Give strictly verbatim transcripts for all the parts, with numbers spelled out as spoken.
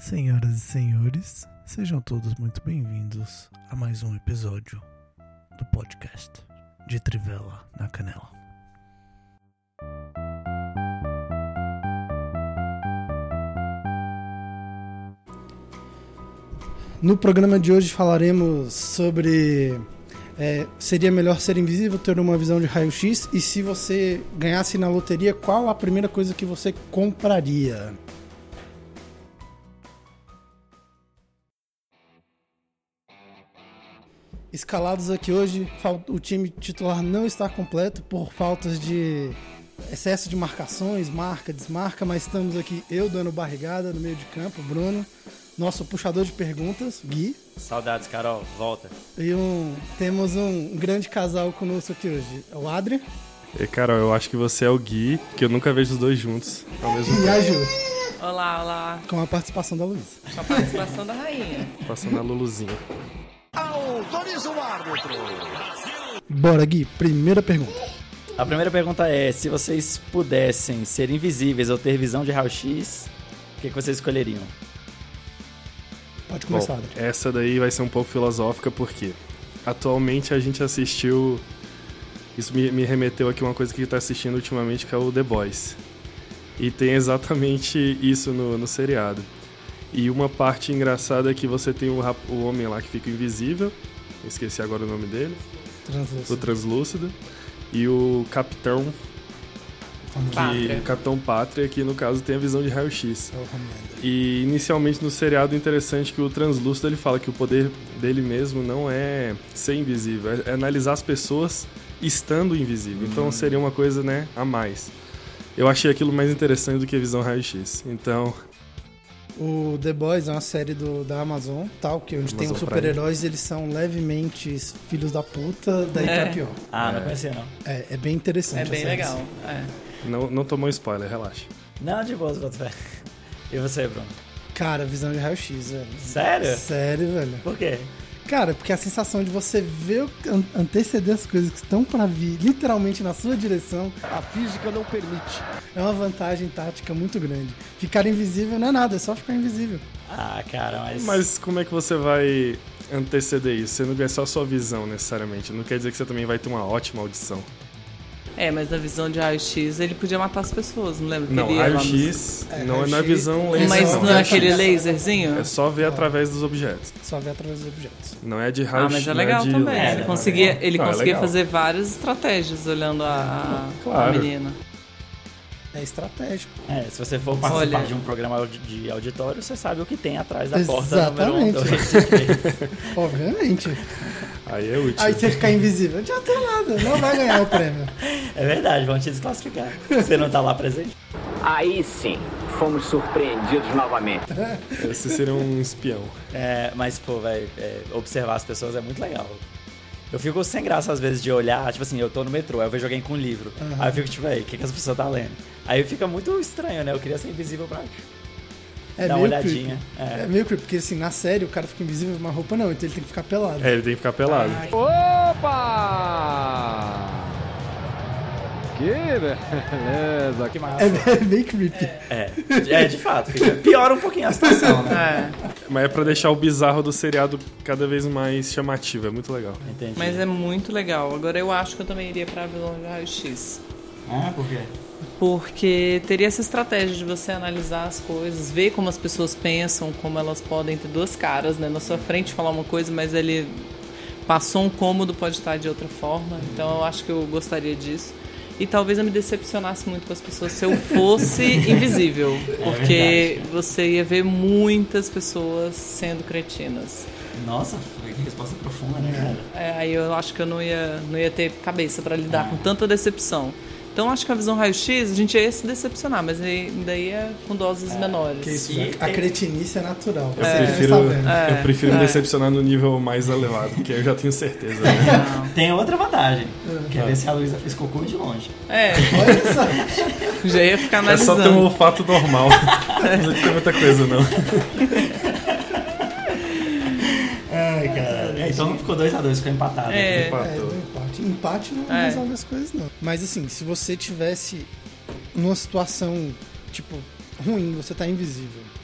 Senhoras e senhores, sejam todos muito bem-vindos a mais um episódio do podcast de Trivela na Canela. No programa de hoje falaremos sobre é, seria melhor ser invisível, ter uma visão de raio-x, e se você ganhasse na loteria, qual a primeira coisa que você compraria? Escalados aqui hoje, o time titular não está completo por faltas de excesso de marcações, marca, desmarca, mas estamos aqui eu dando barrigada no meio de campo, Bruno, nosso puxador de perguntas, Gui. Saudades, Carol, volta. E um, temos um grande casal conosco aqui hoje, o Adrian. E Carol, eu acho que você é o Gui, que eu nunca vejo os dois juntos ao mesmo tempo. E a Ju. Olá, olá. Com a participação da Luísa. Com a participação da rainha. Passando a Luluzinha. Autoriza o árbitro. Bora, Gui, primeira pergunta. A primeira pergunta é, se vocês pudessem ser invisíveis ou ter visão de raio-x, o que, que vocês escolheriam? Pode começar, Bom, Adrian. essa daí vai ser um pouco filosófica, porque atualmente a gente assistiu... Isso me, me remeteu aqui a uma coisa que a gente tá assistindo ultimamente, que é o The Boys. E tem exatamente isso no, no seriado. E uma parte engraçada é que você tem o, rap- o homem lá que fica invisível, esqueci agora o nome dele, Translúcido. o translúcido, e o capitão, que, Pátria. o Capitão Pátria, que no caso tem a visão de raio-x. É o Homelander. E inicialmente no seriado é interessante que o translúcido ele fala que o poder dele mesmo não é ser invisível, é, é analisar as pessoas estando invisível. Então seria uma coisa, né, a mais. Eu achei aquilo mais interessante do que a visão raio-x. Então... O The Boys é uma série do, da Amazon, tal, que onde tem Amazon os super-heróis, eles são levemente filhos da puta, daí É. tá pior. Ah, não conhecia não. É, é bem interessante. É a bem série. legal. É. Não, não tomou spoiler, relaxa. Não, de boas, boas, velho. E você, Bruno? Cara, visão de raio-x, velho. Sério? Sério, velho. Por quê? Cara, porque a sensação de você ver, an- anteceder as coisas que estão pra vir, literalmente na sua direção, A física não permite. é uma vantagem tática muito grande. Ficar invisível não é nada, é só ficar invisível. Ah, cara, mas... Mas como é que você vai anteceder isso? Você não é só a sua visão, necessariamente. Não quer dizer que você também vai ter uma ótima audição. É, mas na visão de raio-x ele podia matar as pessoas, não lembra? que Não, ele ia lá nos- raio-x É, não é na raio-x, visão laser, Mas não. não é raio-x. aquele laserzinho? É só ver através dos objetos. Só ver através dos objetos. Não é de Ah, raio-x. mas é não legal de também. laser. Ele conseguia, ele Não, é conseguia legal. fazer várias estratégias olhando a, a Claro. menina. É estratégico. É, se você for participar Olha. de um programa audi- de auditório, você sabe o que tem atrás da porta número um, Exatamente. dois e três. Obviamente. Aí é útil. Aí você ficar invisível, não adianta nada, não vai ganhar o prêmio. É verdade, vão te desclassificar. Você não tá lá presente. Aí sim, fomos surpreendidos novamente. Esse seria um espião. É, mas, pô, velho, é, observar as pessoas é muito legal. Eu fico sem graça às vezes de olhar, tipo assim, eu tô no metrô, aí eu vejo alguém com um livro. Uhum. Aí eu fico tipo, véi, o que, que essa pessoa tá lendo? Aí fica muito estranho, né? Eu queria ser invisível pra É dar uma meio olhadinha. creepy. É. É meio creepy, porque assim, na série o cara fica invisível com uma roupa, não, então ele tem que ficar pelado. É, ele tem que ficar pelado. Opa! Que beleza. Que massa. É bem creepy. É, é, de fato, fica- piora um pouquinho a situação, né? É, Mas é pra deixar o bizarro do seriado cada vez mais chamativo. É muito legal. Entendi. mas é muito legal. Agora eu acho que eu também iria pra visão de raio-x. Ah, por quê? Porque teria essa estratégia de você analisar as coisas, ver como as pessoas pensam, como elas podem ter duas caras, né? Na sua frente falar uma coisa, mas ele passou um cômodo, pode estar de outra forma. Então eu acho que eu gostaria disso. E talvez eu me decepcionasse muito com as pessoas se eu fosse invisível. Porque você ia ver muitas pessoas sendo cretinas. Nossa, que resposta profunda, né, cara? É, aí eu acho que eu não ia, não ia ter cabeça pra lidar com tanta decepção. Então acho que a visão raio-x a gente ia se decepcionar, mas aí- daí é com doses menores. Que isso, E a tem- cretinice é natural. Eu Você prefiro, está vendo. É, eu prefiro me é. decepcionar no nível mais elevado, porque eu já tenho certeza, né? Não. Tem outra vantagem, que é ver se a Luísa fez cocô de longe. É, Olha só. já ia ficar É só analisando. ter um olfato normal. Não precisa ter muita coisa, não. Ai, cara. É, então não ficou dois a dois, ficou empatado. É. É, Empatou. do empate. Empate não É. resolve as coisas, não. Mas assim, se você tivesse numa situação, tipo, ruim, você tá invisível.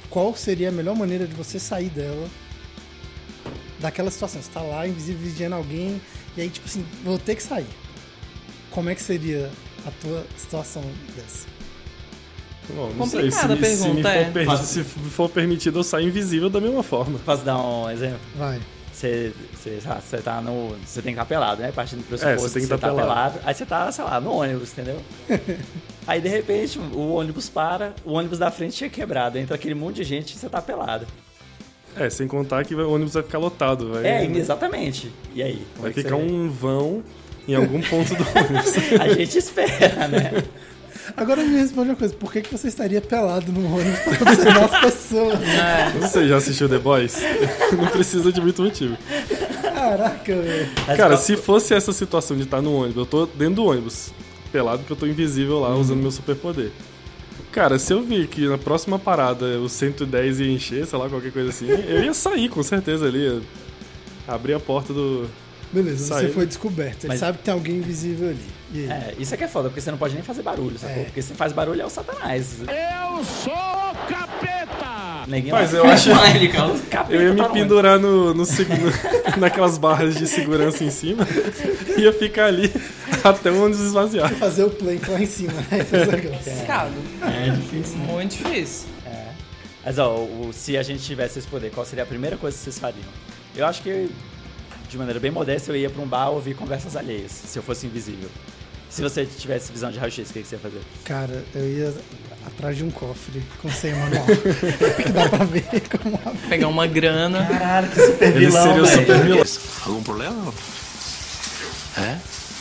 qual seria a melhor maneira de você sair dela, daquela situação? Você tá lá, invisível, vigiando alguém, e aí, tipo assim, vou ter que sair. Como é que seria a tua situação dessa? Bom, não sei, se, Complicada a me- se, me pergunta, é. for per- se for permitido eu sair invisível da mesma forma. Posso dar um exemplo? Vai. Você, você, sei lá, você tá no. Você tem que estar pelado, né? Partindo do É, pressuposto você tem que você tá tá pelado. pelado. Aí você tá, sei lá, no ônibus, entendeu? Aí de repente o ônibus para, o ônibus da frente tinha quebrado. Entra aquele monte de gente e você tá pelado. É, sem contar que o ônibus vai ficar lotado. Vai, É, exatamente. E aí? como vai é que ficar você- um vão em algum ponto do ônibus. A gente espera, né? Agora me responde uma coisa, por que, que você estaria pelado no ônibus pra observar as pessoas? Você já assistiu The Boys? Não precisa de muito motivo. Caraca, velho. Mas Cara, qual- se fosse essa situação de estar no ônibus, eu tô dentro do ônibus, pelado porque eu tô invisível lá, usando meu superpoder. Cara, se eu vir que na próxima parada o cento e dez ia encher, sei lá, qualquer coisa assim, eu ia sair com certeza ali. Ia abrir a porta do... Beleza, Saiu. você foi descoberto. Ele Mas- sabe que tem alguém invisível ali. E aí? É, isso é que é foda, porque você não pode nem fazer barulho, sacou? É. Porque se faz barulho é o Satanás. Eu sou o capeta! Ninguém Mas vai- eu acho- Vai, ele, cara, o capeta Eu ia me tá longe. pendurar no, no, seg- no- naquelas barras de segurança em cima e ia ficar ali até o ônibus esvaziar. Fazer o plank lá em cima, né? Esse negócio. Complicado. É difícil. Muito difícil. É. Mas ó, o- se a gente tivesse esse poder, qual seria a primeira coisa que vocês fariam? Eu acho que, de maneira bem modesta, eu ia pra um bar ouvir conversas alheias, se eu fosse invisível. Se você tivesse visão de raio-x, o que que você ia fazer? Cara, eu ia atrás de um cofre com senha manual. Que dá pra ver como abre. Pegar uma grana. Caralho, que super Ele seria o super vilão. Algum problema? É?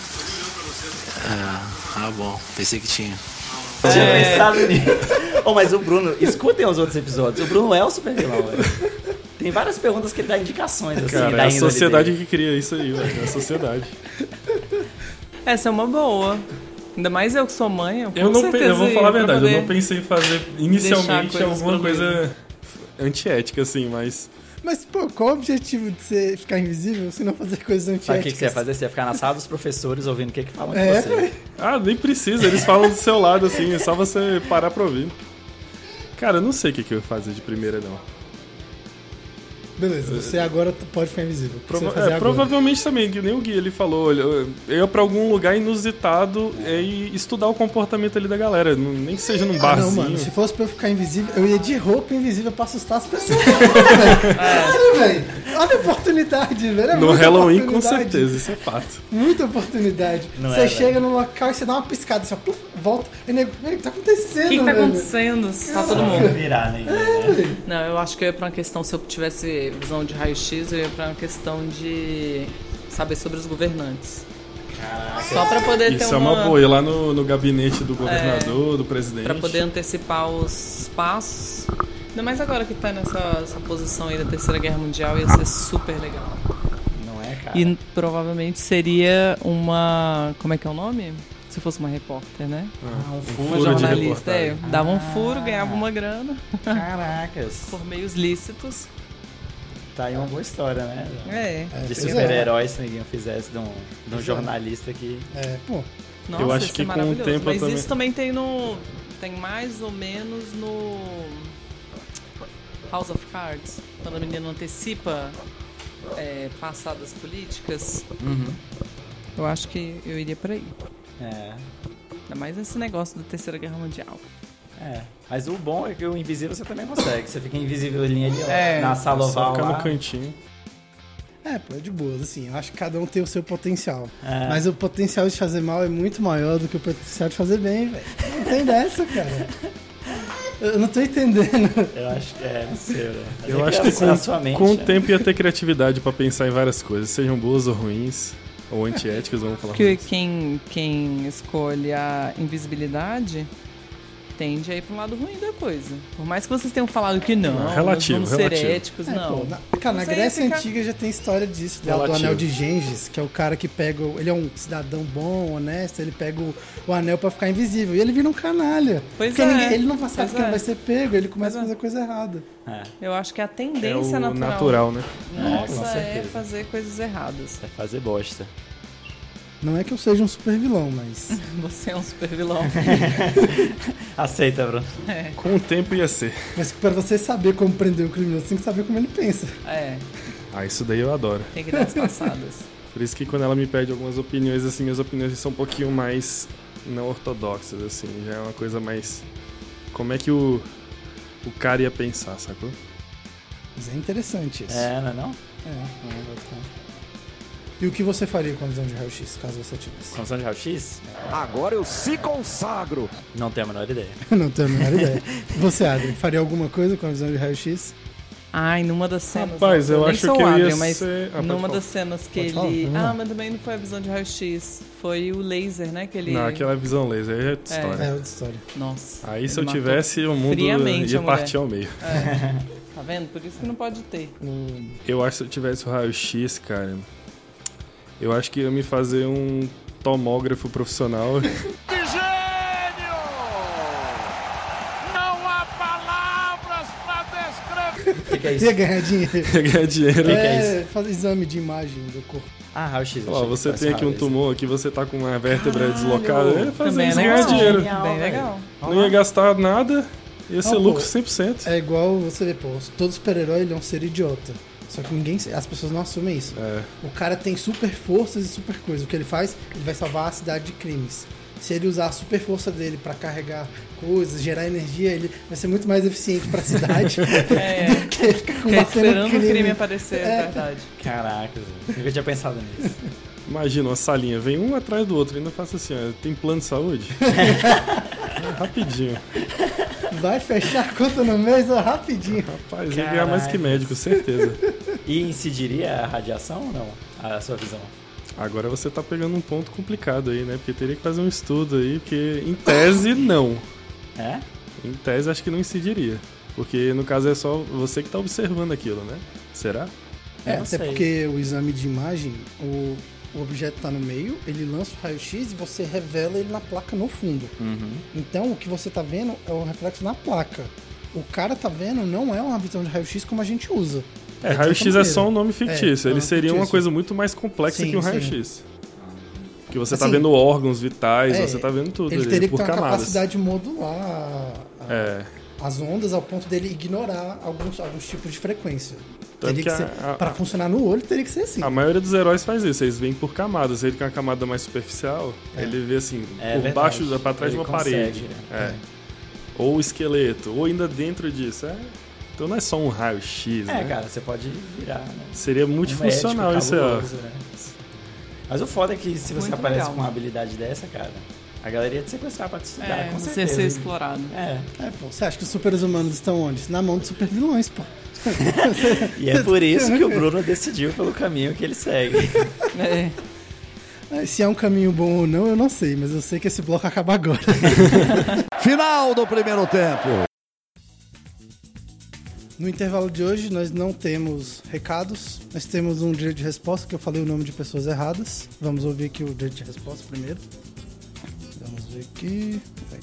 Ah, ah, bom. Pensei que tinha. Eu tinha pensado nisso. Oh, mas o Bruno, escutem os outros episódios. O Bruno é o super vilão, velho. Tem várias perguntas que ele dá indicações, assim, Cara, da é a índole sociedade dele. que cria isso aí, velho. É a sociedade. Essa é uma boa. Ainda mais eu que sou mãe. Eu, com Eu, não, pe- certeza eu vou falar a ia pra verdade, eu poder- não pensei em fazer inicialmente coisas alguma pra coisa antiética, assim, mas... Mas, pô, qual o objetivo de você ficar invisível se não fazer coisas Sabe antiéticas? o que, que você ia fazer? Você ia ficar na sala dos professores ouvindo o que, que falam de É, você. velho. Ah, nem precisa, eles falam do seu lado, assim, é só você parar pra ouvir. Cara, eu não sei o que, que eu ia fazer de primeira, não. Beleza, você agora t- pode ficar invisível. O que você Prova- vai fazer é, agora? provavelmente também, que nem o Gui ele falou, eu eu ia pra algum lugar inusitado e estudar o comportamento ali da galera, não- nem que seja num Ah, barzinho. não, mano, se fosse pra eu ficar invisível, eu ia de roupa invisível pra assustar as pessoas. Claro, velho. Olha a oportunidade, velho. É No muita Halloween, com oportunidade. certeza, isso é fato. Muita oportunidade. Não você é, chega velho. no local e você dá uma piscada, você puf, volta. E nego, velho, o que tá acontecendo? O que, que tá velho? acontecendo? Tá todo Não mundo. virar ninguém, né? Não, eu acho que eu ia pra uma questão, se eu tivesse visão de raio-x, eu ia pra uma questão de saber sobre os governantes. Só pra poder ter Isso é uma... uma boa, ir lá no, no gabinete do governador, do presidente. Pra poder antecipar os passos. Ainda mais agora que tá nessa essa posição aí da Terceira Guerra Mundial, ia ser super legal. Não é, cara? E provavelmente seria uma... Como é que é o nome? Se fosse uma repórter, né? Ah, um Um furo, Uma furo de jornalista, é. reportagem. Dava um furo, ganhava uma grana Caracas. por meios lícitos. Tá aí uma boa história, né? É. É, De pois é. super-herói, se ninguém fizesse de um, de um Pois é. jornalista que... É, pô. Nossa, Eu acho isso que é com o maravilhoso. tempo eu Mas também- isso também tem no... Tem mais ou menos no... House of Cards. Quando a menina antecipa é, passadas políticas. Uhum. Eu acho que eu iria por aí. É, Ainda mais esse negócio da Terceira Guerra Mundial. é. Mas o bom é que o invisível você também consegue. Você fica invisível ali, ali ó, É. na sala Só oval ficar lá. no cantinho. É, pô, é de boas, assim. Eu acho que cada um tem o seu potencial. É. Mas o potencial de fazer mal é muito maior do que o potencial de fazer bem, velho. Não tem dessa, cara. Eu não tô entendendo. Eu acho que é, não sei, né? Mas Eu é acho que a- com, a sua mente, com o né? tempo ia ter criatividade pra pensar em várias coisas, sejam boas ou ruins, ou antiéticas, vamos falar. Porque ruins. quem, quem escolhe a invisibilidade tende a ir para um lado ruim da coisa. Por mais que vocês tenham falado que não, Não, relativo, nós vamos relativo. ser éticos, É, não. pô, na, cara, na Isso aí Grécia fica- Antiga já tem história disso, lá do Relativo. anel de Gengis, que é o cara que pega. o- Ele é um cidadão bom, honesto, ele pega o, o anel pra ficar invisível. E ele vira um canalha. Pois porque é. ninguém- ele não sabe Pois que ele é. vai ser pego, ele começa Pois a fazer coisa errada. É, Eu acho que a É tendência o natural, natural, né? É, com nossa é certeza. fazer coisas erradas. é fazer bosta. Não é que eu seja um super vilão, mas... Você é um super vilão. Aceita, Bruno. É. Com o tempo ia ser. Mas para você saber como prender o criminoso, você tem que saber como ele pensa. É, Ah, isso daí eu adoro. tem que dar as passadas. Por isso que quando ela me pede algumas opiniões, assim, minhas opiniões são um pouquinho mais não ortodoxas, assim. Já é uma coisa mais... Como é que o, o cara ia pensar, sacou? Mas é interessante isso. É, não é não? É. E o que você faria com a visão de raio-x, caso você tivesse? Condição de raio-x? Agora eu se consagro. Não tenho a menor ideia. Não tenho a menor ideia. Você, Adrien, faria alguma coisa com a visão de raio-x? Ai, numa das cenas... Rapaz, eu nem acho sou que eu ia Adrien, mas ser- Ah, pode numa falar. das cenas que Pode falar, ele... vamos lá. Ah, mas também não foi a visão de raio-x. Foi o laser, né? Que ele... Não, aquela visão laser, aí é outra É. história. É outra história. Nossa. Aí se ele eu matou tivesse, o mundo friamente ia a mulher. partir ao meio. É. Tá vendo? Por isso que não pode ter. Eu acho que se eu tivesse o raio-x, cara, eu acho que ia me fazer um tomógrafo profissional. Que gênio! Não há palavras pra descrever. O que, que é isso? Ia ganhar dinheiro. Ia ganhar dinheiro. que é É, fazer exame de imagem do corpo. Ah, raio-x. eu Ó, achei que você fosse tem aqui um raio-x. tumor, aqui você tá com uma vértebra Caralho! deslocada. Ia fazer Também é isso e legal. ganhar dinheiro. Genial, Bem velho. legal. Não ia gastar nada, ia ser Ah, pô. lucro cem por cento. É igual você vê, pô, todo super-herói ele é um ser idiota. Só que ninguém, as pessoas não assumem isso. É. O cara tem super forças e super coisas. O que ele faz? Ele vai salvar a cidade de crimes. Se ele usar a super força dele pra carregar coisas, gerar energia, ele vai ser muito mais eficiente pra cidade É. do que ficar Ficar combatendo esperando o crime. crime aparecer, é É. verdade. Caraca, velho. Nunca tinha pensado nisso. Imagina uma salinha, vem um atrás do outro, ainda faça assim, ó, tem plano de saúde? É, rapidinho. Vai fechar a conta no mês ó, rapidinho. Rapaz, ia ganhar mais que Caralho. médico, certeza. E incidiria a radiação ou não? A sua visão? Agora você tá pegando um ponto complicado aí, né? Porque teria que fazer um estudo aí, porque em tese não. É? Em tese acho que não incidiria. Porque no caso é só você que tá observando aquilo, né? Será? É, não até sei. porque o exame de imagem, o, o objeto tá no meio, ele lança o raio-x e você revela ele na placa no fundo. Uhum. Então o que você tá vendo é o reflexo na placa. O cara tá vendo não é uma visão de raio-x como a gente usa. É, de raio-x outra é só um maneira. nome fictício. É, Ele é seria uma fictício. coisa muito mais complexa Sim, que um sim. raio-x. Que você tá Assim, vendo órgãos vitais, é, você tá vendo tudo Ele ali, teria que por ter uma camadas. capacidade de modular a- É. as ondas ao ponto dele ignorar alguns, alguns tipos de frequência. Tanto Teria que que ser, a- a- pra funcionar no olho, teria que ser assim. A maioria dos heróis faz isso, eles vêm por camadas. Ele tem uma camada mais superficial, É. ele vê assim, É por verdade. baixo, pra trás Ele de uma consegue, parede. né? É. Ou o esqueleto, ou ainda dentro disso. É. Então não é só um raio-x, É, né? cara, você pode virar, né? Seria multifuncional Um isso aí, ó. médico cabuloso, né? Mas o foda é que se você Muito aparece legal. com uma habilidade dessa, cara, a galera ia te sequestrar pra te estudar, É, com você certeza. ser explorado. É, É, pô, você acha que os super-humanos estão onde? Na mão de super-vilões, pô. e é por isso que o Bruno decidiu pelo caminho que ele segue. É. É, se é um caminho bom ou não, eu não sei, mas eu sei que esse bloco acaba agora. Final do primeiro tempo. No intervalo de hoje, nós não temos recados, nós temos um direito de resposta, que eu falei o nome de pessoas erradas. Vamos ouvir aqui o direito de resposta primeiro. Vamos ver aqui. Vai.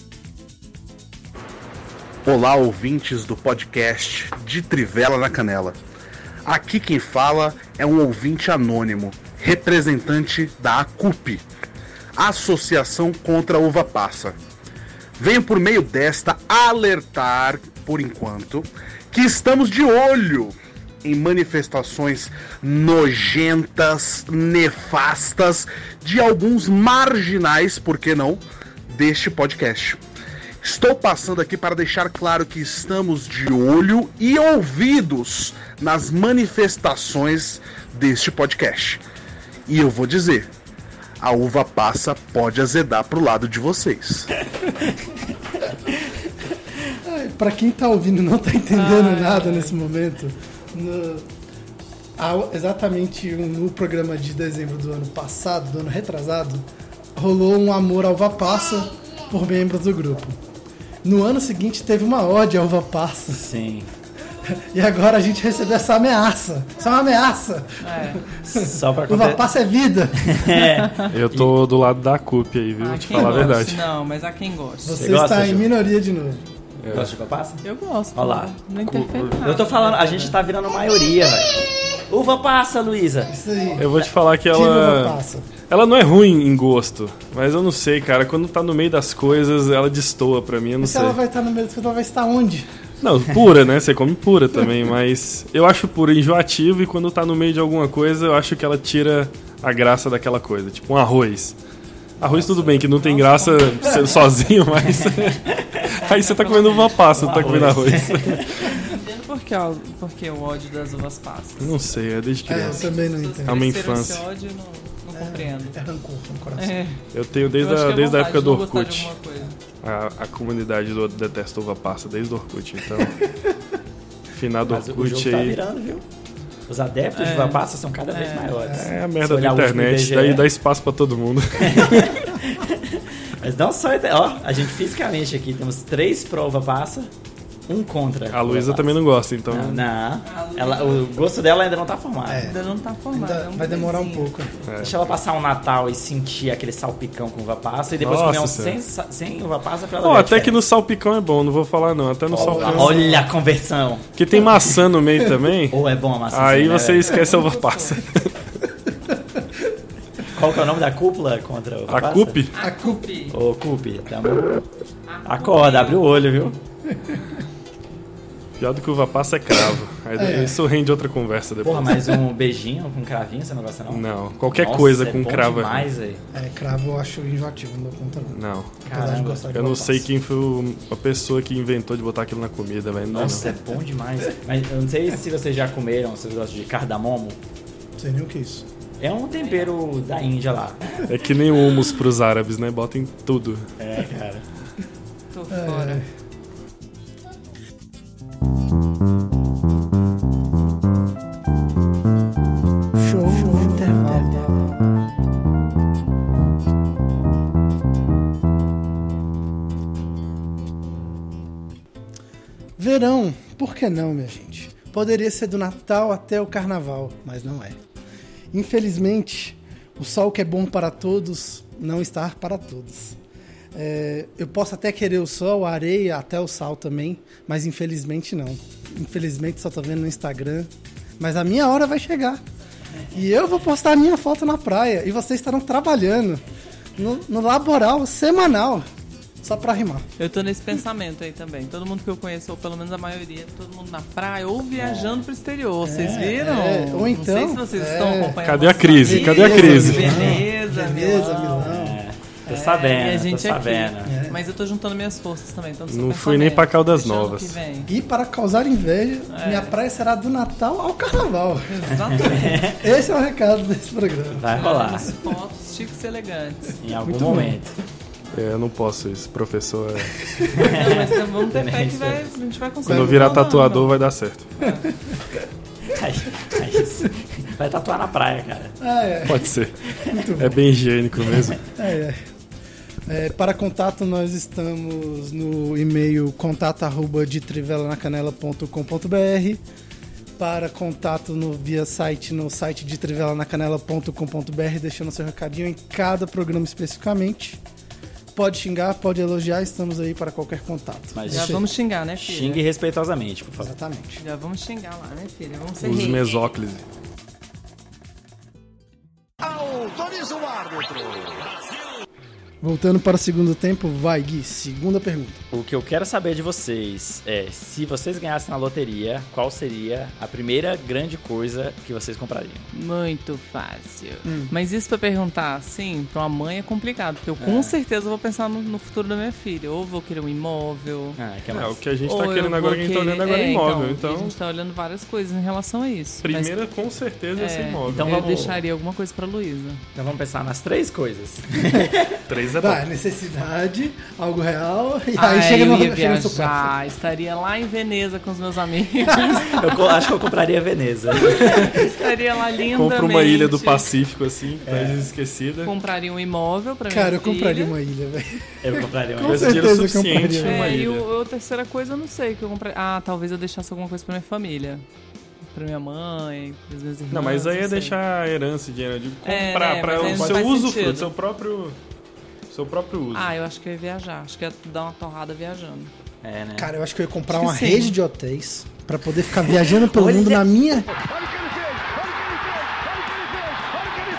Olá, ouvintes do podcast de Trivela na Canela. Aqui quem fala é um ouvinte anônimo, representante da A C U P, Associação contra a Uva Passa. Venho por meio desta alertar, por enquanto, que estamos de olho em manifestações nojentas, nefastas de alguns marginais, por que não, deste podcast. Estou passando aqui para deixar claro que estamos de olho e ouvidos nas manifestações deste podcast. E eu vou dizer, a uva passa pode azedar pro lado de vocês. Ai, pra quem tá ouvindo e não tá entendendo nada nesse momento, no- há exatamente no programa de dezembro do ano passado, do ano retrasado, rolou um amor à uva passa por membros do grupo. No ano seguinte teve uma ódio à uva passa. Sim. E agora a gente recebeu essa ameaça. Isso é uma ameaça. É. Só pra Uva acontecer. passa é vida. É. Eu tô do lado da C U P aí, viu? Há Vou te quem falar a gosta. verdade. Não, mas há quem gosta. Você, Você gosta, está em Ju? minoria de novo. Gosta de uva passa? Eu gosto. Olha lá. Não interfere nada. Eu tô falando, a gente tá virando maioria, velho. Uva passa, Luísa. Isso aí. Eu vou te falar que Tira uva ela. passa. Ela não é ruim em gosto, mas eu não sei, cara. Quando tá no meio das coisas, ela destoa pra mim, eu não E se sei. ela vai estar no meio das coisas, ela vai estar onde? Não, pura, né? Você come pura também, mas eu acho pura enjoativo e quando tá no meio de alguma coisa, eu acho que ela tira a graça daquela coisa. Tipo um arroz. Arroz tudo bem, que não tem graça ser sozinho, mas... Aí você tá comendo uva passa, não tá comendo arroz. Por que, por que o ódio das uvas passas? Não sei, é desde É, eu criança. também não entendo. É uma Cresceram infância. esse ódio, não, não compreendo. É rancor no coração. É. Eu tenho desde, Eu acho a, que é desde a vontade época de do não gostar de Orkut. alguma coisa. A, a comunidade do Detesta Uva Passa, desde o Orkut, então... Finado Mas o Orkut jogo tá aí... virando, viu? Os adeptos É. de uva passa são cada vez É. maiores. É a Se merda da olhar o último I B internet, G E. daí dá espaço pra todo mundo. Mas não só... Ó, a gente fisicamente aqui temos três pro uva passa, um contra. A Luísa também não gosta, então... Não, não. Ela, o gosto dela ainda não tá formado. É. Ainda não tá formado. Ainda é um vai demorar um bebezinho. pouco. É. Deixa ela passar um Natal e sentir aquele salpicão com uva passa e depois Nossa comer um Senhora. sem, sa- sem uva passa pra ela Ó, ver a até que diferença. no salpicão é bom, não vou falar não, até no salpicão. Olha a conversão. Porque tem maçã no meio também, Ou é bom a maçã. aí né, você velho? esquece a uva passa. Qual que é o nome da cúpula contra o uva A passa? cupe? A cupi. Ô, Cupi, tamo... Acorda, abre o olho, viu? Pior do que uva passa é cravo. Aí É. isso rende outra conversa depois. Porra, mas um beijinho com cravinho, você não gosta não? Não, qualquer Nossa, coisa é com bom cravo é demais, velho. É, cravo eu acho enjoativo, não dou conta não. Não. Apesar de Caramba. gostar de Eu não uva sei passa. quem foi o- a pessoa que inventou de botar aquilo na comida, velho. Não, Nossa, não. é bom demais. Mas eu não sei se vocês já comeram, se vocês gostam de cardamomo. Não sei nem o que é isso. É um tempero da Índia lá. É que nem o humus pros árabes, né? Bota em tudo. É, cara. Tô fora. Show, show, intervalo. Verão, por que não, minha gente? Poderia ser do Natal até o Carnaval, mas não é. Infelizmente, o sol que é bom para todos não está para todos. É, eu posso até querer o sol, a areia, até o sal também, mas infelizmente não. Infelizmente só tô vendo no Instagram, mas a minha hora vai chegar. E eu vou postar a minha foto na praia e vocês estarão trabalhando no, no laboral semanal, só pra rimar. Eu tô nesse pensamento aí também. Todo mundo que eu conheço, ou pelo menos a maioria, todo mundo na praia ou viajando pro exterior. Vocês viram? é. Ou Não então, sei se vocês é. estão acompanhando. Cadê a nossos crise? amigos. Cadê a crise? Veneza, Veneza, Milão. Milão. É, tô É, sabendo, e a gente tô aqui. sabendo. É. Mas eu tô juntando minhas forças também. Então, no seu Não fui pensamento. nem pra Caldas Deixa ano Novas. que vem. E para causar inveja, É. minha praia será do Natal ao Carnaval. Exatamente. Esse é o recado desse programa. Vai rolar. Umas fotos chiques e elegantes. Em algum Muito bom. momento. É, eu não posso isso. Professor, é... Não, mas então vamos ter fé que vai, a gente vai conseguir. quando eu virar Não, não, tatuador não. vai dar certo. Aí, aí, vai tatuar na praia, cara. Ah, é. Pode ser. É bem higiênico mesmo. É, é. É, para contato, nós estamos no e-mail contato arroba de trivela na canela ponto com ponto b r. Para contato no, via site, no site de trivela na canela ponto com ponto b r, deixando seu recadinho em cada programa especificamente. Pode xingar, pode elogiar, estamos aí para qualquer contato. Mas Já Isso aí. vamos xingar, né, filha? Xingue respeitosamente, por favor. Exatamente. Já vamos xingar lá, né, filha? Vamos ser Use rei. mesóclise. Autoriza o árbitro. Voltando para o segundo tempo, vai, Gui, segunda pergunta. O que eu quero saber de vocês é, se vocês ganhassem na loteria, qual seria a primeira grande coisa que vocês comprariam? Muito fácil. Hum. Mas isso pra perguntar, assim, pra uma mãe é complicado. Porque eu com É. certeza vou pensar no, no futuro da minha filha. Ou vou querer um imóvel. Ah, que é É, mais? o que a gente ou tá eu querendo vou agora, que a gente tá olhando querer- agora é é, imóvel. A Então, gente tá olhando várias coisas em relação a isso. primeira com certeza é Mas, esse é, imóvel. Então eu vamos- deixaria alguma coisa pra Luísa. Então vamos pensar nas três coisas. Três é bom. Vai, necessidade, algo real, e aí Ah, chega eu no, ia chega no supérfluo. viajar, estaria lá em Veneza com os meus amigos. Eu co- acho que eu compraria Veneza. estaria lá lindamente. Compra uma ilha do Pacífico, assim, que tá esquecida. Compraria um imóvel pra minha Cara, eu filha. compraria uma ilha, velho. Eu compraria Com uma Tivesse dinheiro certeza eu suficiente compraria. uma É, e ilha. o, a terceira coisa eu não sei que eu comprei. Ah, talvez eu deixasse alguma coisa pra minha família. Pra minha mãe, pras minhas irmãs. Não, mas aí é não sei. deixar a herança, dinheiro. Eu digo, É, comprar né, pra mas aí o não seu faz uso, sentido. seu próprio, seu próprio uso. Ah, eu acho que eu ia viajar. Acho que ia dar uma torrada viajando. É, né? Cara, eu acho que eu ia comprar Acho que uma sim. rede de hotéis pra poder ficar viajando pelo Olha- mundo na minha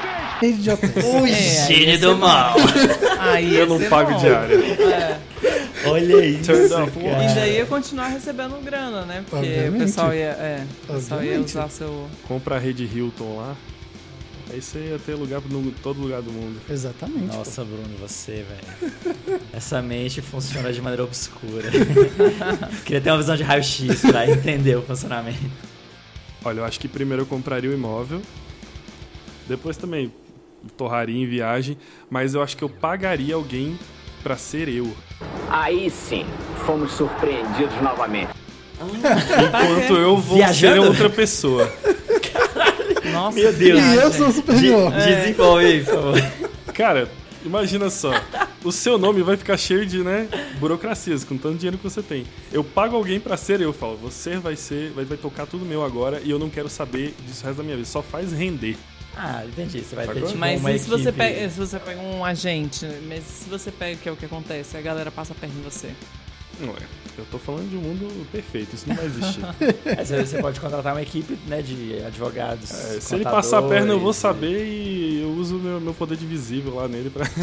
rede de hotéis. O É, gênio do mal. Aí Eu não pago diária. É. Olha isso, Turn off cara. E daí ia continuar recebendo grana, né? Porque Obviamente. o pessoal ia, é, o pessoal ia Obviamente. usar seu... Compra a rede Hilton lá. Aí você ia ter lugar em todo lugar do mundo. Exatamente. Nossa, Bruno, você, velho. Essa mente funciona de maneira obscura. Queria ter uma visão de raio-x pra entender o funcionamento. Olha, eu acho que primeiro eu compraria o imóvel. Depois também torraria em viagem. Mas eu acho que eu pagaria alguém pra ser eu. Aí sim, fomos surpreendidos novamente. Enquanto eu vou Viajando? ser outra pessoa. Nossa, Meu Deus. E eu sou o superior. De- Desenvolve aí, por favor. Cara, imagina só. O seu nome vai ficar cheio de, né, burocracias, com tanto dinheiro que você tem. Eu pago alguém pra ser eu, falo, você vai ser, vai, vai tocar tudo meu agora e eu não quero saber disso o resto da minha vida. Só faz render. Ah, entendi. Você vai ter Sacou? tipo Mas uma e se você, equipe- pega, se você pega um agente, mas se você pega, que é o que acontece, a galera passa a perna em você. Não é. Eu tô falando de um mundo perfeito, isso não vai existir. É, você- você pode contratar uma equipe, né, de advogados. É, se ele passar a perna, eu vou contadores, saber e eu uso meu, meu poder de visível lá nele pra.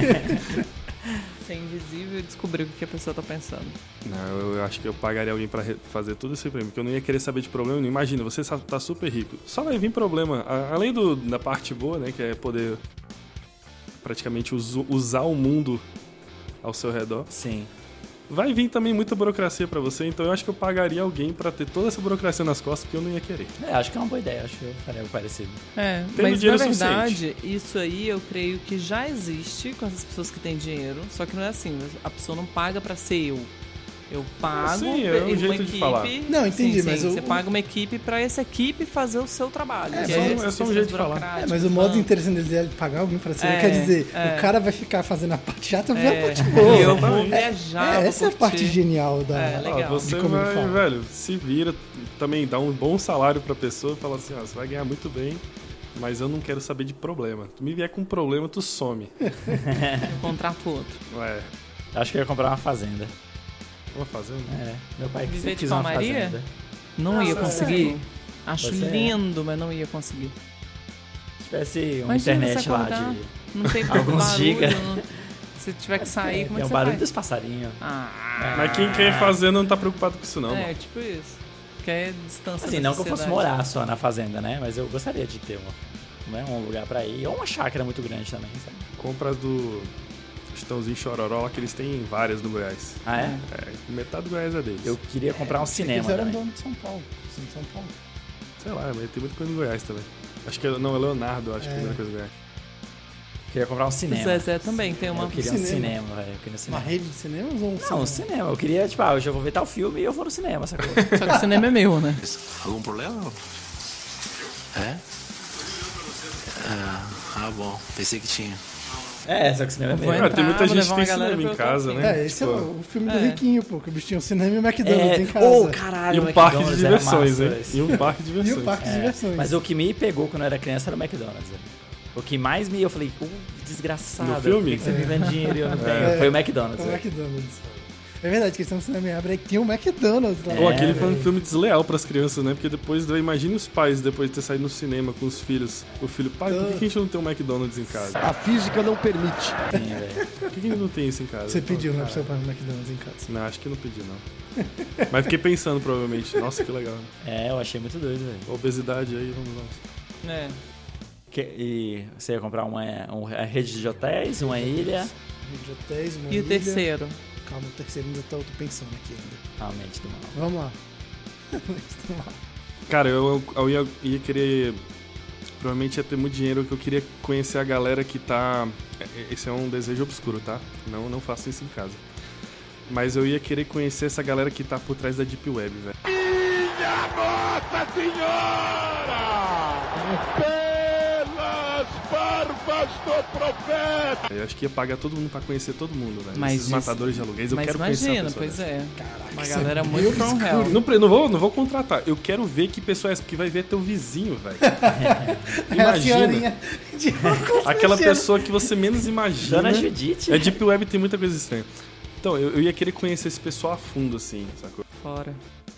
Ser invisível e descobrir o que a pessoa tá pensando. Não, eu, eu acho que eu pagaria alguém pra re- fazer tudo isso aí pra mim, porque eu não ia querer saber de problema nenhum. Imagina, você sa- tá super rico. Só vai vir problema. A- além do, da parte boa, né, que é poder praticamente usu- usar o mundo ao seu redor. Sim. Vai vir também muita burocracia pra você, então eu acho que eu pagaria alguém pra ter toda essa burocracia nas costas, porque eu não ia querer. É, acho que é uma boa ideia. Acho que eu faria algo parecido. É, Tendo mas na dinheiro verdade, isso aí eu creio que já existe com essas pessoas que têm dinheiro, só que não é assim, a pessoa não paga pra ser eu. Eu pago Sim, é um uma jeito de equipe. falar. Não, entendi, sim, sim, mas o- você paga uma equipe pra essa equipe fazer o seu trabalho. É, que só um- é só um questões jeito de falar. É, mas o modo burocráticas, interessante deles é ele pagar alguém pra ser. É, Quer dizer, é. o cara vai ficar fazendo a parte chata, vai É, a parte boa. eu vou exatamente. viajar. É, vou essa é a curtir. parte genial da. É, Ah, legal. você de como ele vai, fala. velho, se vira, também dá um bom salário pra pessoa e fala assim, ó, você vai ganhar muito bem, mas eu não quero saber de problema. Tu me vier com problema, tu some. Contrato outro. Ué, Acho que eu ia comprar uma fazenda. uma fazenda? É, meu pai que Viver sempre de quis uma calmaria? fazenda. Não ia conseguir. Acho Você é. lindo, mas não ia conseguir. Se tivesse uma Imagina internet você lá acordar, de... Não tem Alguns barulho. giga. Não... Se tiver que sair, como é Tem que o você barulho faz? dos passarinhos. Ah, Mas quem quer fazenda não tá preocupado com isso não, é, mano. tipo isso. Que é distância Assim, da não que eu fosse sociedade. morar só na fazenda, né? Mas eu gostaria de ter uma, né, um lugar pra ir. Ou uma chácara muito grande também, sabe? Compras do Estãozinho Chororó, que eles têm várias no Goiás. Ah, é? É, metade do Goiás é deles. Eu queria comprar um cinema Eles eram também. dono de São Paulo. Sim, de São Paulo. Sei lá, mas tem muita coisa no Goiás também. Acho que é, não, é Leonardo, acho que tem muita coisa no Goiás. Queria comprar um O cinema. Zezé também tem uma... Eu queria um Cinema. cinema, velho. Eu queria um Uma cinema. rede de cinemas ou um Não, cinema? um cinema. Eu queria, tipo, ah, hoje eu vou ver tal filme e eu vou no cinema, sacou? Só que o cinema é meu, né? Algum problema? É? Ah, ah, bom. Pensei que tinha. É, só que o cinema é Vou meu. entrar, Ah, tem muita vou gente que levar tem uma galera cinema em pra eu casa, curtir. né? É, esse é Tipo, o, o filme do É. Riquinho, pô, que o bicho tinha um cinema e um McDonald's É, em casa. ô, caralho, E o um parque de McDonald's era diversões, massa, hein? velho. E um parque de E diversões. o parque de É, diversões. mas o que me pegou quando eu era criança era o McDonald's. velho. O que mais me... Eu falei, uh, desgraçado. No filme? Por que que você me dando dinheiro e eu não tenho? É. Foi o McDonald's. O velho. McDonald's. É verdade, que eles estão no cinema e abre aí que tinha um McDonald's lá. Pô, aquele É, foi um velho. filme desleal pras crianças, né? Porque depois, imagina os pais, depois de ter saído no cinema com os filhos. O filho, pai, por que que a gente não tem um McDonald's em casa? A física não permite. Sim, velho. Por que que a gente não tem isso em casa? Você pediu, né, pro seu pai um McDonald's em casa. Não, acho que não pedi, não. Mas fiquei pensando, provavelmente. Nossa, que legal. É, eu achei muito doido, velho. Obesidade aí, vamos lá. É. Que- E você ia comprar uma, uma rede de hotéis, uma ilha. Rede de hotéis, uma E o ilha. terceiro? Calma, o terceiro ainda tô, tô pensando aqui ainda. Realmente, do mal. Vamos lá. Vamos lá. Cara, eu, eu ia, ia querer... Provavelmente ia ter muito dinheiro, que eu queria conhecer a galera que tá... Esse é um desejo obscuro, tá? Não, não faço isso em casa. Mas eu ia querer conhecer essa galera que tá por trás da Deep Web, velho. Minha Nossa Senhora! Pelas barbas do profeta! Eu acho que ia pagar todo mundo pra conhecer todo mundo, velho. Mas Esses isso- matadores de aluguéis, eu Mas quero conhecer imagina, uma pessoa pois dessa. é. Caraca, Uma isso galera é muito meio from obscuro. hell. Não, pre- não, vou, não vou contratar. Eu quero ver que pessoa é essa, porque vai ver teu vizinho, velho. É a Imagina. senhorinha de óculos Aquela mexendo. pessoa que você menos imagina. Dona Judite. É Deep Web, tem muita coisa estranha. Então, eu, eu ia querer conhecer esse pessoal a fundo, assim, sacou? Fora.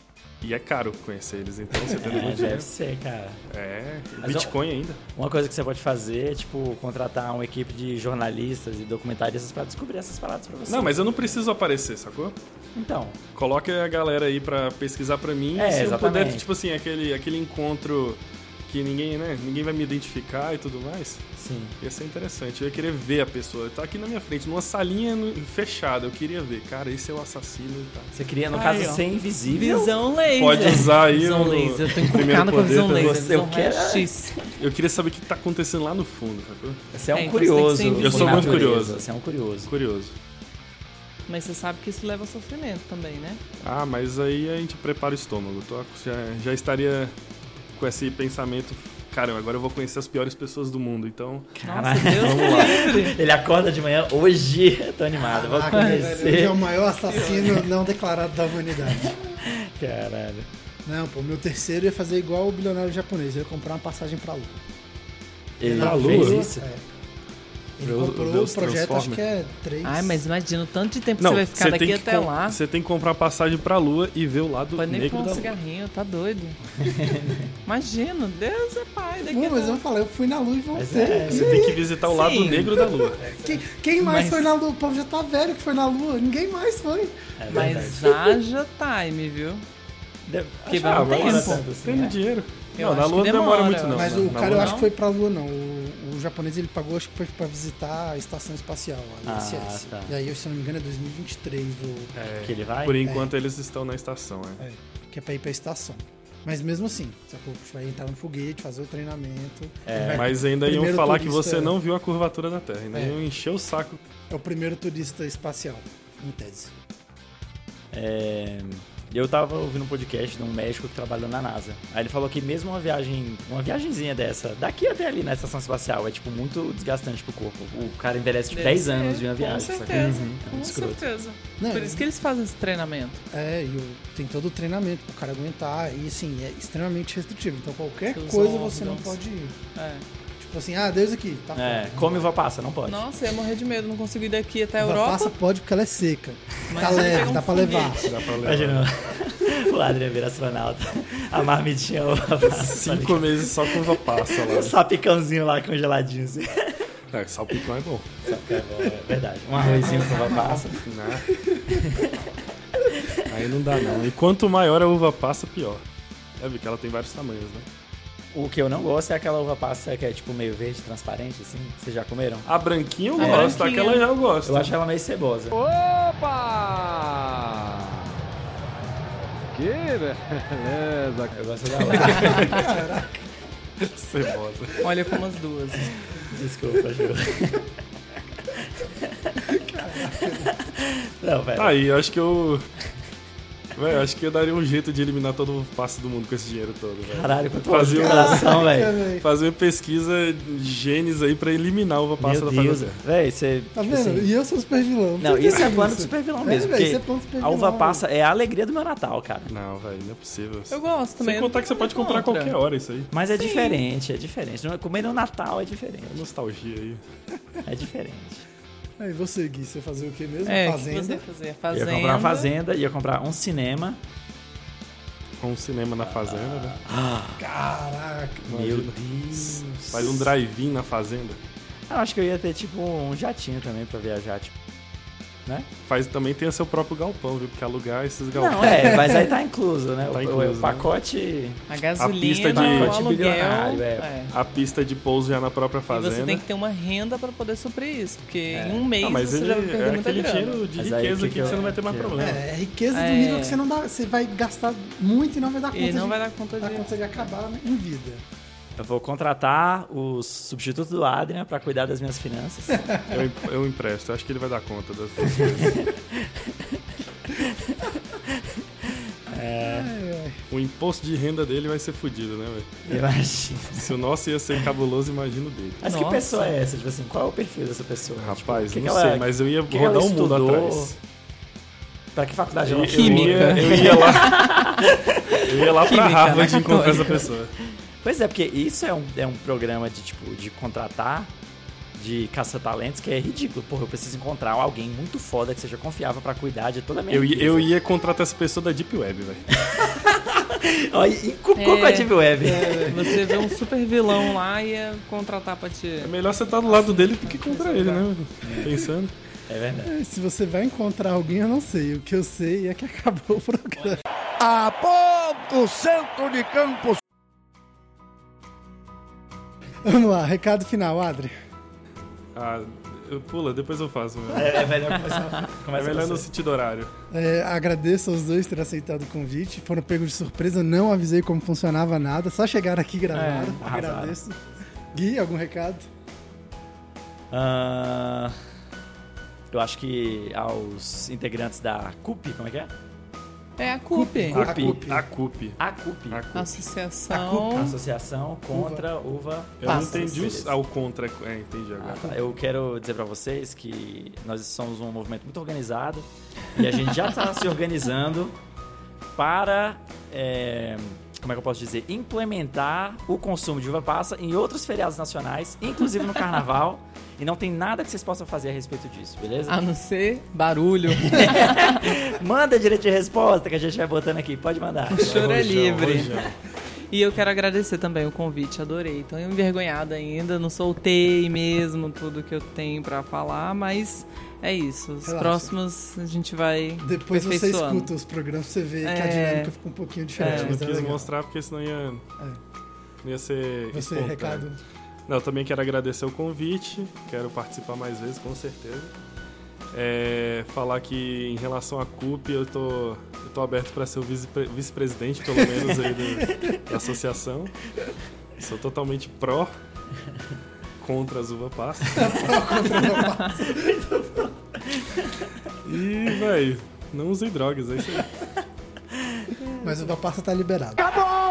E é caro conhecer eles, então você tem É, muito deve dinheiro. ser, cara. É, Mas Bitcoin ainda. Uma coisa que você pode fazer é, tipo, contratar uma equipe de jornalistas e documentaristas pra descobrir essas paradas pra você. Não, mas eu não preciso aparecer, sacou? Então, Coloca a galera aí pra pesquisar pra mim. É, se eu exatamente. puder, tipo assim, aquele, aquele encontro que ninguém, né, ninguém vai me identificar e tudo mais. sim. Ia ser interessante. Eu ia querer ver a pessoa. Tá aqui na minha frente, numa salinha no- fechada. Eu queria ver. Cara, esse é o assassino e tal. Você queria, no Aí, caso, ó. ser invisível. Visão laser. Pode usar aí Visão o laser. Eu tô primeiro encucada com a poder visão também. laser. Você, Visão eu quero- raio-x. Eu queria saber o que tá acontecendo lá no fundo, sacou? Você é um É, então curioso. você tem que ser Eu sou por muito natureza. curioso. Você é um curioso. Curioso. Mas você sabe que isso leva a sofrimento também, né? Ah, mas aí a gente prepara o estômago. Tô, já, já estaria com esse pensamento. Caramba, agora eu vou conhecer as piores pessoas do mundo, então... Nossa, Deus me livre. Ele acorda de manhã, hoje eu tô animado, vou Caraca, velho, ele conhecer. é o maior assassino não declarado da humanidade. Caralho. Não, pô, meu terceiro ia fazer igual o bilionário japonês, ia comprar uma passagem pra Lua. Ele Pra fez Lua? isso? É. Ele Ver os- comprou ver o os projeto, acho Transformers. que é três. Ai, mas imagina o tanto de tempo que Não, você vai ficar você daqui tem que até com- lá. Você tem que comprar passagem pra Lua e ver o lado Pode nem negro pôr um da Lua. cigarrinho, tá doido. Imagina, Deus é pai daqui Pô, a mas eu pouco. vou falar, eu fui na Lua e Mas voltei. é, Você tem que visitar o lado Sim. negro da Lua. Quem, quem mais Mas- foi na Lua? O povo já tá velho que foi na Lua. Ninguém mais foi. É Mas verdade. haja time, viu? Deve- Que acho vai um não demora tempo. tanto assim, Tendo né? dinheiro. Eu não, na acho Lua que não demora demora. muito, não. Mas Na- o na cara Lua eu não. acho que foi pra Lua, não. O, o japonês ele pagou, acho que foi pra visitar a estação espacial, a I S S. Ah, tá. E aí, se eu não me engano, é dois mil e vinte e três o, É, Que ele vai? Por enquanto eles estão na estação, é. é, que é pra ir pra estação. Mas mesmo assim, sacou? Você vai entrar no foguete, fazer o treinamento. É, ele vai- Mas ainda iam primeiro falar que turista- você não viu a curvatura da Terra. Ainda É. iam encher o saco. É o primeiro turista espacial, em tese. É, eu tava ouvindo um podcast de um médico que trabalhou na NASA. Aí ele falou que mesmo uma viagem, uma viagenzinha dessa, daqui até ali na estação espacial, é tipo muito desgastante pro corpo. O cara envelhece tipo Deve dez ser, anos de uma viagem. Com saca? certeza, Uhum, é com muito escroto. certeza. Não, Por isso que eles fazem esse treinamento. É, e o- tem todo o treinamento pro cara aguentar. E assim, é extremamente restritivo. Então qualquer Seus coisa você não órgãos. pode ir. É. Tipo assim, ah, Deus aqui, tá É, fora. come uva passa, não pode. Nossa, eu ia morrer de medo, não consigo ir daqui até a Uva Europa. passa pode porque ela é seca. Mas Tá você leve, pega um dá pra levar. foguete. Dá pra levar. Imagina o Adriano vira astronauta, a marmitinha uva passa. Cinco meses só com uva passa lá. Um sapicãozinho lá congeladinho assim. É, salpicão é bom. Sabe, é bom, é verdade. Um arrozinho com uva passa. Né? Aí não dá não. E quanto maior a uva passa, pior. É, porque ela tem vários tamanhos, né? O que eu não gosto é aquela uva passa que é tipo meio verde, transparente, assim. Vocês já comeram? A branquinha eu A gosto, branquinha. aquela já eu gosto. Eu acho ela meio cebosa. Opa! Que beleza! Eu gosto da outra. Cebosa. Olha como as duas. Desculpa, Ju. Não, velho. Tá aí, eu acho que eu... Véi, eu acho que eu daria um jeito de eliminar todo o passe do mundo com esse dinheiro todo, velho. Caralho, quanto Fazia ódio um- no coração, velho. velho. Fazer uma pesquisa de genes aí pra eliminar a uva passa Meu da Deus, fazenda. velho, você. Tá tipo vendo? assim, E eu sou super vilão. Não, isso é plano do super vilão mesmo. É, velho, isso é Porque plano do super a uva vilão, passa é a alegria do meu Natal, cara. Não, velho, não é possível. Eu gosto também. Sem contar que você pode comprar a qualquer hora isso aí. Mas é diferente, é diferente. Não- Comer no Natal é diferente. É nostalgia aí. É diferente. Aí você, Gui, você fazer o que mesmo? É, o que Fazenda. você fazer? Ia Fazenda. comprar uma fazenda, ia comprar um cinema. Com um cinema na fazenda, né? Caraca. Meu Imagina. Deus. Faz um drive-in na fazenda. Eu acho que eu ia ter tipo um jatinho também pra viajar, tipo. Né? Faz, também tem o seu próprio galpão, viu? Porque alugar esses galpões. Não, é, mas aí tá incluso, né? Tá o, incluso, o né? pacote. A gasolina, pista de- o Pacote aluguel. bilionário, é. é. A pista de pouso já na própria E fazenda. você tem que ter uma renda pra poder suprir isso, porque É. em um mês Ah, mas você ele já vai perder é muita aquele grana. dinheiro de Mas aí, riqueza que aqui que que você eu- não vai ter mais que eu- problema. É, é riqueza É. do nível que você não dá. Você vai gastar muito e não vai dar conta. E não de, vai dar conta dar de... conta de acabar em vida. Eu vou contratar o substituto do Adrian pra cuidar das minhas finanças. Eu, em- eu empresto, eu acho que ele vai dar conta das duas coisas. O imposto de renda dele vai ser fudido, né, velho? Imagina. Se o nosso ia ser cabuloso, imagina o dele. Mas que Nossa. pessoa é essa? Tipo assim, qual é o perfil dessa pessoa? Rapaz, Tipo, que não que sei, ela- mas eu ia que rodar ela o mundo estudou? atrás. Pra que faculdade Eu, ela eu Química. ia, eu ia lá. Eu ia lá pra Química, Harvard na encontrar essa Católica. pessoa. Pois é, porque isso é um, é um programa de, tipo, de contratar, de caça-talentos, que é ridículo. Porra, eu preciso encontrar alguém muito foda que seja confiável pra cuidar de toda a minha Eu, ia- empresa. eu ia contratar essa pessoa da Deep Web, velho. Olha, encucou É. com a Deep Web. Você vê um super vilão lá e ia contratar pra te... É melhor você estar do lado dele do que contra ele, né? Pensando. É verdade. Se você vai encontrar alguém, eu não sei. O que eu sei é que acabou o programa. A ponto, centro de campo. Vamos lá, recado final, Adri. Ah, eu- pula, depois eu faço. Meu. É, é melhor começar. É Começa melhor no você. sentido horário. É, agradeço aos dois por terem aceitado o convite. Foram pegos de surpresa, eu não avisei como funcionava nada. Só chegaram aqui e gravaram. É, arrasaram. Agradeço. Gui, algum recado? Ah, eu acho que aos integrantes da C U P, como é que é? É a C U P. A Cup. CUP. A CUP. A C U P. A CUP. Associação... Associação contra uva, Eu não Passa. entendi Beleza. os, ah, o contra. É, entendi agora. Ah, tá. Eu quero dizer pra vocês que nós somos um movimento muito organizado e a gente já está se organizando para, é, como é que eu posso dizer, implementar o consumo de uva passa em outros feriados nacionais, inclusive no Carnaval, e não tem nada que vocês possam fazer a respeito disso, beleza? A não ser barulho. Manda direito de resposta que a gente vai botando aqui, pode mandar. O choro é Rojão, livre. rojão. E eu quero agradecer também o convite, adorei. Tô envergonhada ainda, não soltei mesmo tudo que eu tenho pra falar, mas é isso. Os Relaxa. próximos a gente vai Depois você aperfeiçoando. escuta os programas, você vê que a É. dinâmica fica um pouquinho diferente. É. Eu não mas é quis legal. mostrar porque senão ia, não ia ser Você, espontâneo. recado. Não, eu também quero agradecer o convite, quero participar mais vezes, com certeza. É, falar que em relação à C U P, eu tô, eu tô aberto para ser o vice- vice-presidente, pelo menos, aí do- da associação. Sou totalmente pró, contra as uva passa. E, véi, não usem drogas, é isso aí. Mas o Vapassa tá liberado. Acabou!